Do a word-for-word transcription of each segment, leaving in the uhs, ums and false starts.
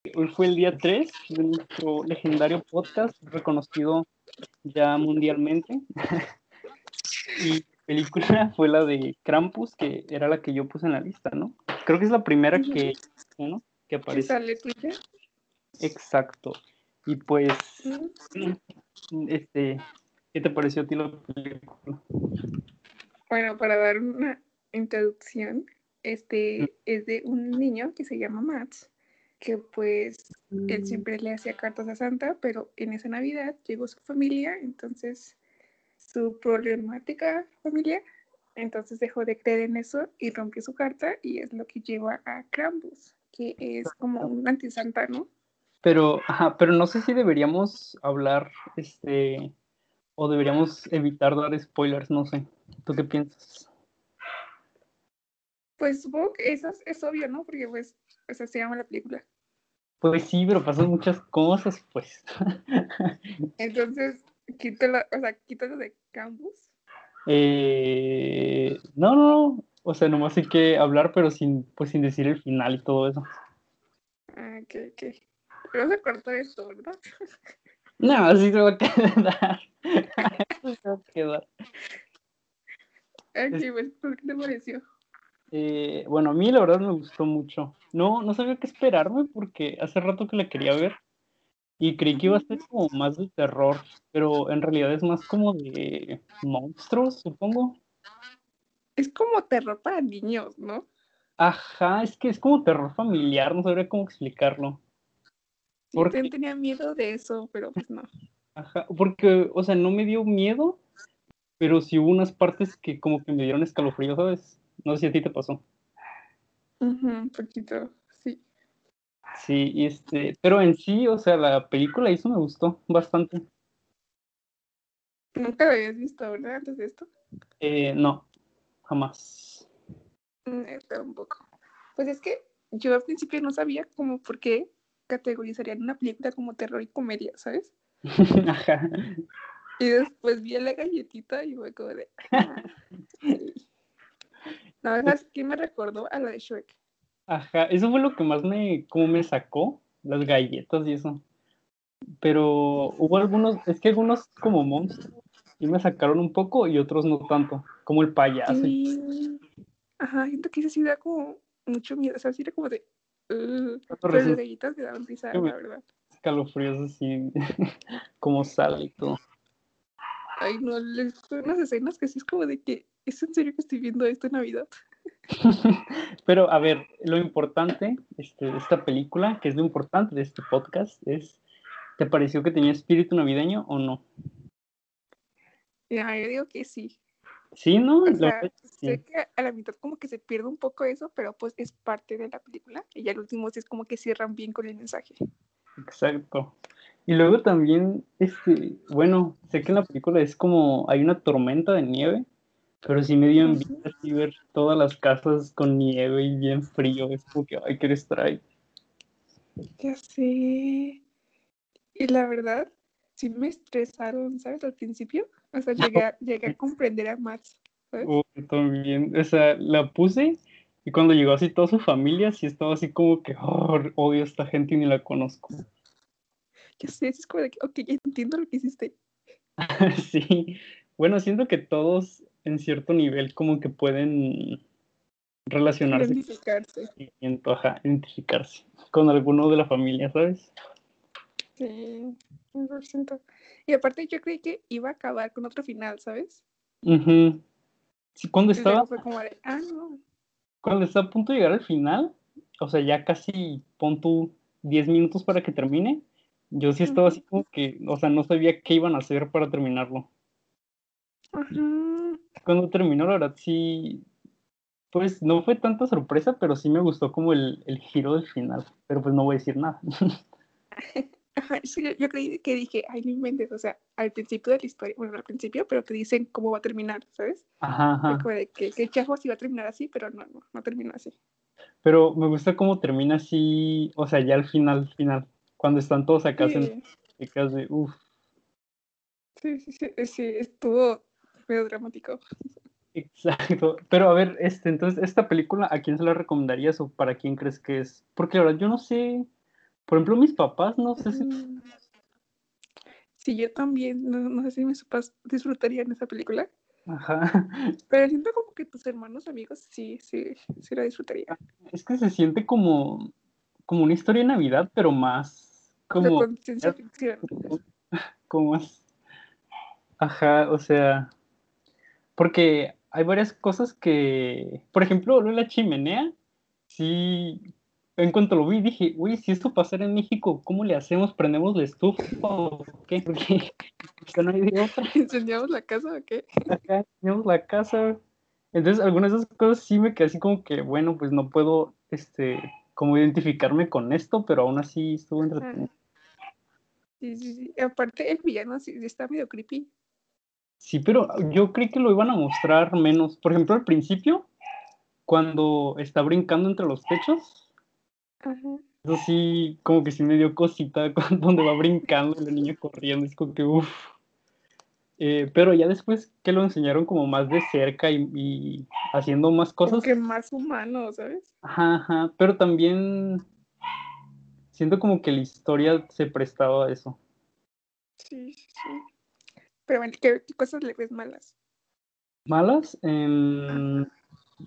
hoy fue el día tres de nuestro legendario podcast, reconocido ya mundialmente. Y la película fue la de Krampus, que era la que yo puse en la lista, ¿no? Creo que es la primera que, ¿no? que ¿Qué aparece. sale tuya? Exacto. Y pues, Mm. este, ¿qué te pareció a ti la película? Bueno, para dar una introducción, este es de un niño que se llama Max, que pues él siempre le hacía cartas a Santa, pero en esa Navidad llegó su familia, entonces su problemática familiar, entonces dejó de creer en eso y rompió su carta y es lo que lleva a Krampus, que es como un antisanta, ¿no? Pero, ajá, pero no sé si deberíamos hablar, este, o deberíamos evitar dar spoilers, no sé. ¿Tú qué piensas? Pues supongo que eso es, es obvio, ¿no? Porque pues, o sea, se llama la película. Pues sí, pero pasan muchas cosas, pues. Entonces, quítalo, o sea, quítalo de Krampus. Eh, no, no, no. O sea, nomás hay que hablar, pero sin, pues sin decir el final y todo eso. Ah, ok, ok. Pero vas a cortar esto, ¿verdad? No, así se va a quedar. Así se va a quedar. Ok, Es- pues, ¿por qué te pareció? eh, bueno, a mí la verdad me gustó mucho. No, no sabía qué esperarme porque hace rato que la quería ver y creí que iba a ser como más de terror, pero en realidad es más como de monstruos, supongo. Es como terror para niños, ¿no? Ajá, es que es como terror familiar, no sabría cómo explicarlo. Yo Porque, también tenía miedo de eso, pero pues no. ajá, porque, o sea, no me dio miedo, pero sí hubo unas partes que como que me dieron escalofrío, ¿sabes? No sé si a ti te pasó. Ujú, un poquito, sí. Sí, y este, pero en sí, o sea, la película eso me gustó bastante. Nunca lo habías visto, ¿verdad? Antes de esto. Eh, no, jamás. Mm, Está un poco. Pues es que yo al principio no sabía como por qué categorizarían una película como terror y comedia, ¿sabes? Ajá. Y después vi a la galletita y fue como de... Ah, sí. No, ¿sabes quién me recordó? A la de Shrek. Ajá, eso fue lo que más me, como me sacó, las galletas y eso. Pero hubo algunos, es que algunos como monstruos sí me sacaron un poco y otros no tanto, como el payaso y Sí. Ajá, siento que ese sí da como mucho miedo. O sea, sí era como de... "Ugh", otros pero las resulta galletas me daban risa, que me la verdad. escalofríos así, como sale y todo. Ay, no, les son unas escenas que sí es como de que... ¿Es en serio que estoy viendo esto en Navidad? Pero a ver, lo importante este, de esta película, que es lo importante de este podcast, es, ¿te pareció que tenía espíritu navideño o no? Ya, yo digo que sí. Sí, ¿no? O La verdad sea, es que sé sí, que a la mitad como que se pierde un poco eso, pero pues es parte de la película. Y ya al último sí es como que cierran bien con el mensaje. exacto. Y luego también, este, bueno, sé que en la película es como, hay una tormenta de nieve, pero sí me dio envidia Ujú. así ver todas las casas con nieve y bien frío, es como que, ay, quiero estar ahí. Ya sé. Y la verdad, sí me estresaron, ¿sabes? Al principio. O sea, llegué a, llegué a comprender a Max, ¿sabes? Oh, también, o sea, la puse y cuando llegó así toda su familia, sí estaba así como que, oh, odio a esta gente y ni la conozco. Ya sé, es como de que, ok, ya entiendo lo que hiciste. Sí, bueno, siento que todos en cierto nivel como que pueden relacionarse con Identificarse. el sentimiento, ajá, identificarse con alguno de la familia, ¿sabes? Sí, cien por ciento. Y aparte yo creí que iba a acabar con otro final, ¿sabes? Ujú. Sí, cuando Y estaba, luego fue como de, ah, no. cuando está a punto de llegar al final, o sea, ya casi pon tú diez minutos para que termine, yo sí estaba así Ujú. como que, o sea, no sabía qué iban a hacer para terminarlo. Ajá. Cuando terminó, la verdad, sí, pues no fue tanta sorpresa, pero sí me gustó como el, el giro del final, pero pues no voy a decir nada. Ajá, es que yo, yo creí que dije, ay, no inventes, o sea, al principio de la historia, bueno, no al principio, pero te dicen cómo va a terminar, ¿sabes? Ajá, Fue ajá. como de que, que chafos iba a terminar así, pero no, no, no terminó así. Pero me gusta cómo termina así, o sea, ya al final, final, cuando están todos acá sentados, Sí, te quedas de, uff, sí, sí, sí, sí, estuvo medio dramático. exacto. Pero a ver, este, entonces, esta película, ¿a quién se la recomendarías o para quién crees que es? Porque la verdad yo no sé Por ejemplo, mis papás, no sé si... Mm, Sí, yo también, no, no sé si mis papás disfrutarían esa película, Ajá. pero siento como que tus hermanos amigos sí, sí, sí la disfrutarían. Es que se siente como, como una historia de Navidad, pero más O sea, como, con ciencia ficción. como más, ajá, o sea, porque hay varias cosas que, por ejemplo, lo de la chimenea, sí, en cuanto lo vi dije, uy, si esto pasara en México, ¿cómo le hacemos? ¿Prendemos la estufa o qué? Porque acá no hay de otra, ¿Incendiamos la casa o qué? acá tenemos la casa. Entonces, algunas de esas cosas sí me quedé así como que, bueno, pues no puedo, este, como identificarme con esto, pero aún así estuvo Ah, entretenido. sí, sí, sí. Y aparte, el villano sí, sí está medio creepy. Sí, pero yo creí que lo iban a mostrar menos. Por ejemplo, al principio, cuando está brincando entre los techos, Ajá. eso sí, como que sí me dio cosita cuando donde va brincando y la niña corriendo, es como que uff. Eh, pero ya después que lo enseñaron como más de cerca y, y haciendo más Como cosas, que más humano, ¿sabes? ajá, ajá, pero también siento como que la historia se prestaba a eso. Sí, sí, sí. Pero bueno, ¿qué, qué cosas le ves malas? ¿Malas? Em, Ajá.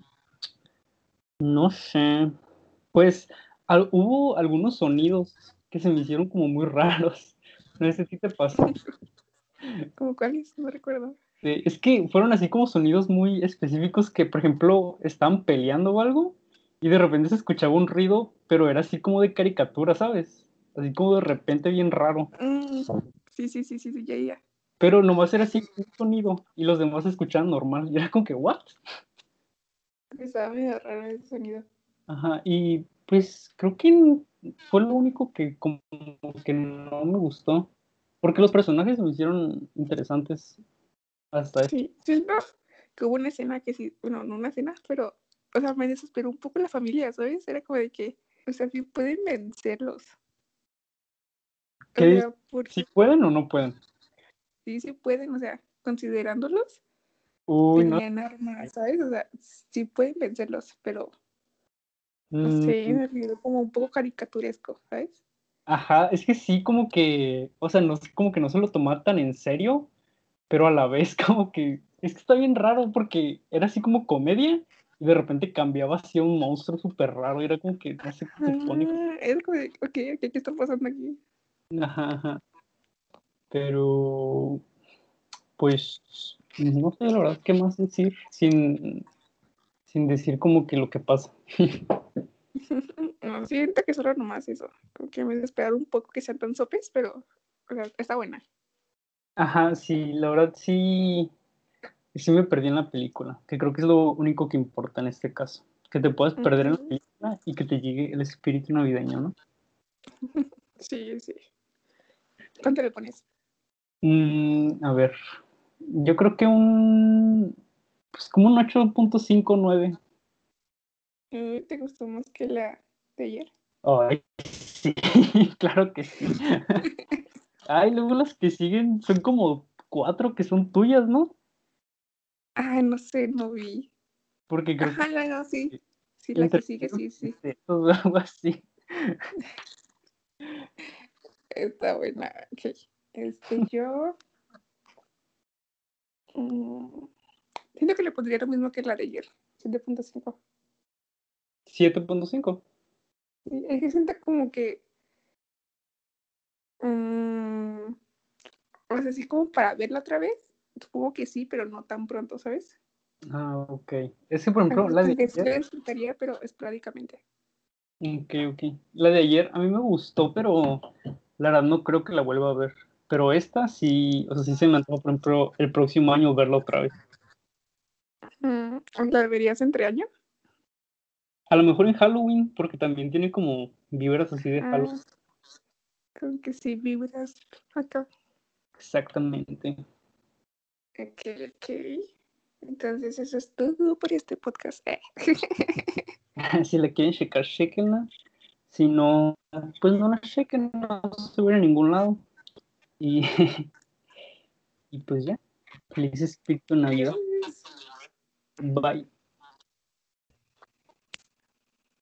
no sé. Pues al- hubo algunos sonidos que se me hicieron como muy raros. No sé si te pasó. ¿Cómo cuáles? No recuerdo. Eh, es que fueron así como sonidos muy específicos que, por ejemplo, estaban peleando o algo y de repente se escuchaba un ruido, pero era así como de caricatura, ¿sabes? Así como de repente bien raro. Mm, sí, sí, sí, sí, sí, ya, ya. Pero nomás era así un sonido y los demás se escuchaban normal. Y era como que, ¿what? Estaba medio raro ese sonido. Ajá, y pues creo que fue lo único que como que no me gustó. Porque los personajes me hicieron interesantes hasta eso. Sí, siento que hubo una escena que sí, bueno, no una escena, pero, o sea, me desesperó un poco la familia, ¿sabes? Era como de que, o sea, sí pueden vencerlos. O ¿Qué dices? sea, ¿Si porque pueden o no pueden? sí, sí pueden, o sea, considerándolos, Uy, no. tenían armas, ¿sabes? O sea, sí pueden vencerlos, pero, no sé, Mm, me olvidó como un poco caricaturesco, ¿sabes? ajá, es que sí, como que, o sea, no sé, como que no se lo tomaba tan en serio, pero a la vez como que, es que está bien raro porque era así como comedia y de repente cambiaba así a un monstruo súper raro y era como que no sé qué se pone. Ah, es como de, ok, ok, ¿qué está pasando aquí? Ajá, ajá. Pero, pues, no sé la verdad qué más decir sin, sin decir como que lo que pasa. No, siento que solo nomás eso, como que me desesperaron un poco que sean tan sopes, pero, o sea, está buena. Ajá, sí, la verdad sí, sí me perdí en la película, que creo que es lo único que importa en este caso, que te puedas perder en la Ujú. película y que te llegue el espíritu navideño, ¿no? Sí, sí. ¿Cuánto le pones? Mm, a ver, yo creo que un, pues como un ocho punto cinco nueve. Uy, ¿te gustó más que la de ayer? Ay, sí, claro que sí. Ay, luego las que siguen son como cuatro que son tuyas, ¿no? Ah, no sé, no vi. Porque creo que Ajá, no, no, sí. Sí, la que sigue, intercambiamos sí, sí. o algo así. Está buena. Ok. Este, yo. mm, siento que le pondría lo mismo que la de ayer. Siete punto cinco. Siete punto cinco. Sí, es que siento como que. mm, o sea, así como para verla otra vez. Supongo que sí, pero no tan pronto, ¿sabes? Ah, ok. Es que, por ejemplo, Así la como de que sí ayer, la disfrutaría, pero esporádicamente. ok, ok. La de ayer a mí me gustó, pero la verdad no creo que la vuelva a ver. Pero esta sí, o sea, sí se me antoja, por ejemplo, el próximo año verla otra vez. Mm, ¿la verías entre año? A lo mejor en Halloween, porque también tiene como vibras así de Halloween. Ah, creo que sí, vibras acá. Exactamente. Ok, ok. Entonces eso es todo por este podcast. Eh. Si la quieren checar, chequenla. Si no, pues no la chequen, no se ve a ningún lado. Y, y pues ya, feliz espíritu de Navidad. Adiós. Bye.